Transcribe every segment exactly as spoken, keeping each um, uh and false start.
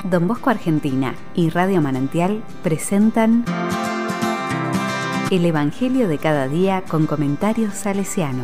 Don Bosco Argentina y Radio Manantial presentan El Evangelio de cada día con comentarios salesiano.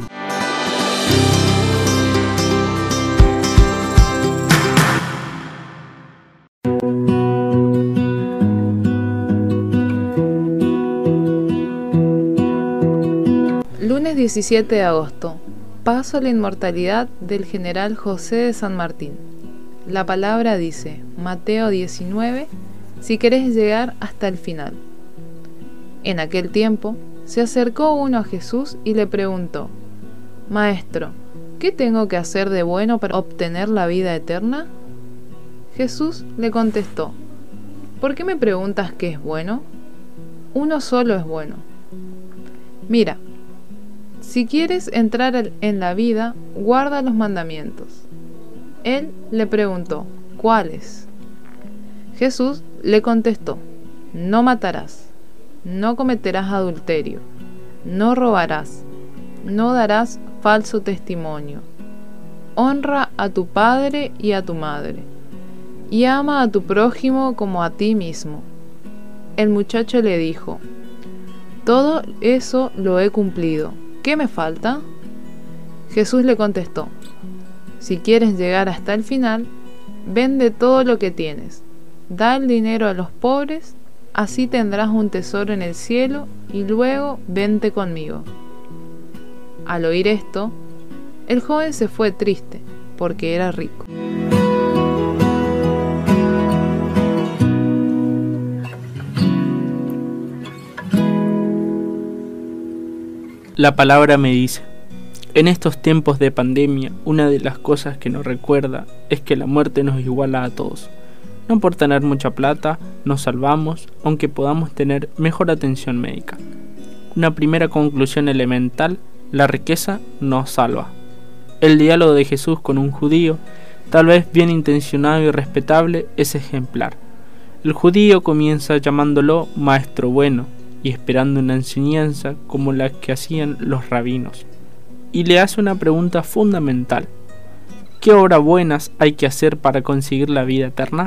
Lunes diecisiete de agosto. Paso a la inmortalidad del general José de San Martín. La palabra dice, Mateo diecinueve, si querés llegar hasta el final. En aquel tiempo, se acercó uno a Jesús y le preguntó, Maestro, ¿qué tengo que hacer de bueno para obtener la vida eterna? Jesús le contestó, ¿por qué me preguntas qué es bueno? Uno solo es bueno. Mira, si quieres entrar en la vida, guarda los mandamientos. Él le preguntó, ¿cuáles? Jesús le contestó, no matarás, no cometerás adulterio, no robarás, no darás falso testimonio, honra a tu padre y a tu madre, y ama a tu prójimo como a ti mismo. El muchacho le dijo, todo eso lo he cumplido, ¿qué me falta? Jesús le contestó, si quieres llegar hasta el final, vende todo lo que tienes, da el dinero a los pobres, así tendrás un tesoro en el cielo y luego vente conmigo. Al oír esto, el joven se fue triste, porque era rico. La palabra me dice, en estos tiempos de pandemia, una de las cosas que nos recuerda es que la muerte nos iguala a todos. No por tener mucha plata, nos salvamos, aunque podamos tener mejor atención médica. Una primera conclusión elemental, la riqueza nos salva. El diálogo de Jesús con un judío, tal vez bien intencionado y respetable, es ejemplar. El judío comienza llamándolo maestro bueno, y esperando una enseñanza como la que hacían los rabinos. Y le hace una pregunta fundamental. ¿Qué obras buenas hay que hacer para conseguir la vida eterna?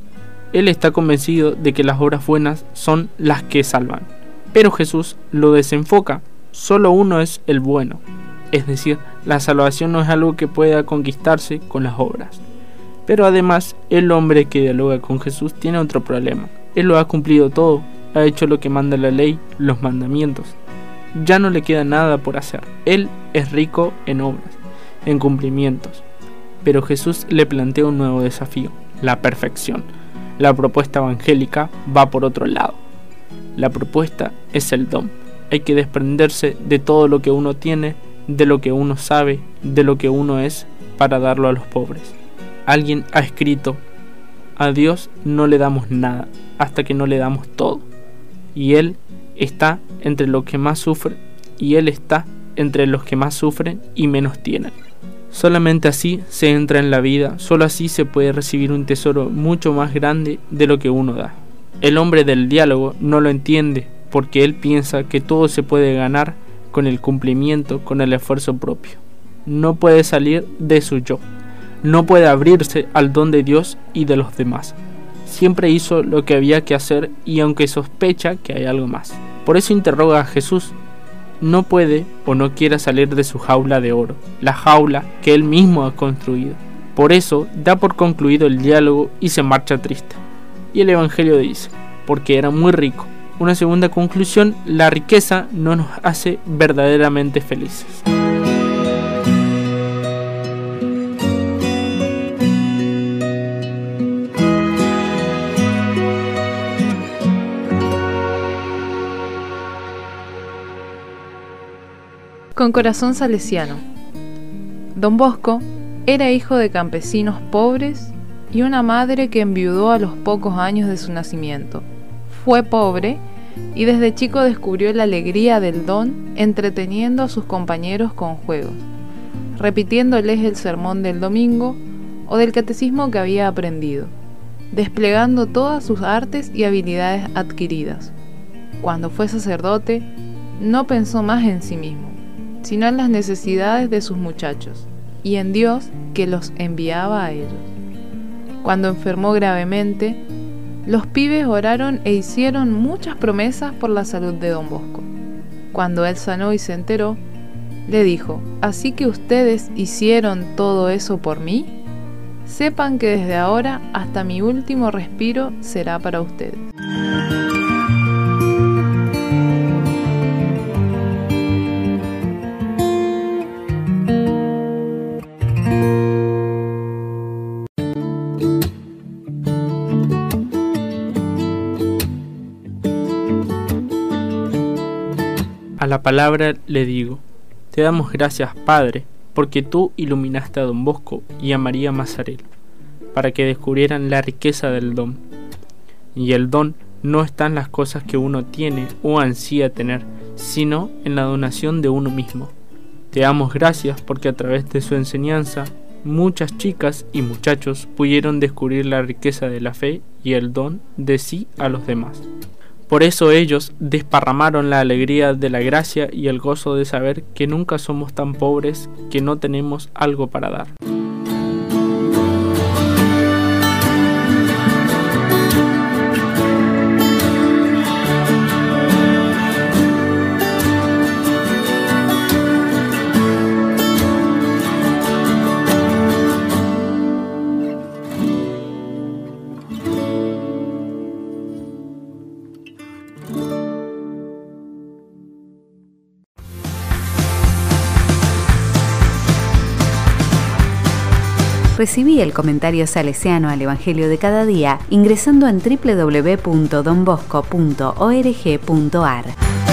Él está convencido de que las obras buenas son las que salvan. Pero Jesús lo desenfoca. Solo uno es el bueno. Es decir, la salvación no es algo que pueda conquistarse con las obras. Pero además, el hombre que dialoga con Jesús tiene otro problema. Él lo ha cumplido todo. Ha hecho lo que manda la ley, los mandamientos. Ya no le queda nada por hacer. Él es rico en obras, en cumplimientos. Pero Jesús le plantea un nuevo desafío, la perfección. La propuesta evangélica va por otro lado. La propuesta es el don. Hay que desprenderse de todo lo que uno tiene, de lo que uno sabe, de lo que uno es, para darlo a los pobres. Alguien ha escrito, a Dios no le damos nada, hasta que no le damos todo. Y Él está entre los que más sufren, y Él está entre los que más sufren y menos tienen. Solamente así se entra en la vida, solo así se puede recibir un tesoro mucho más grande de lo que uno da. El hombre del diálogo no lo entiende, porque él piensa que todo se puede ganar con el cumplimiento, con el esfuerzo propio. No puede salir de su yo, no puede abrirse al don de Dios y de los demás. Siempre hizo lo que había que hacer y aunque sospecha que hay algo más. Por eso interroga a Jesús. No puede o no quiere salir de su jaula de oro, la jaula que él mismo ha construido. Por eso da por concluido el diálogo y se marcha triste. Y el Evangelio dice, porque era muy rico. Una segunda conclusión, la riqueza no nos hace verdaderamente felices. Con corazón salesiano. Don Bosco era hijo de campesinos pobres y una madre que enviudó a los pocos años de su nacimiento. Fue pobre y desde chico descubrió la alegría del don entreteniendo a sus compañeros con juegos, repitiéndoles el sermón del domingo o del catecismo que había aprendido, desplegando todas sus artes y habilidades adquiridas. Cuando fue sacerdote, no pensó más en sí mismo, sino en las necesidades de sus muchachos, y en Dios que los enviaba a ellos. Cuando enfermó gravemente, los pibes oraron e hicieron muchas promesas por la salud de Don Bosco. Cuando él sanó y se enteró, le dijo: ¿así que ustedes hicieron todo eso por mí? Sepan que desde ahora hasta mi último respiro será para ustedes. A la palabra le digo: te damos gracias, Padre, porque tú iluminaste a Don Bosco y a María Mazzarello, para que descubrieran la riqueza del don. Y el don no está en las cosas que uno tiene o ansía tener, sino en la donación de uno mismo. Te damos gracias porque a través de su enseñanza, muchas chicas y muchachos pudieron descubrir la riqueza de la fe y el don de sí a los demás. Por eso ellos desparramaron la alegría de la gracia y el gozo de saber que nunca somos tan pobres que no tenemos algo para dar. Recibí el comentario salesiano al Evangelio de cada día ingresando en doble u doble u doble u punto don bosco punto org punto a r.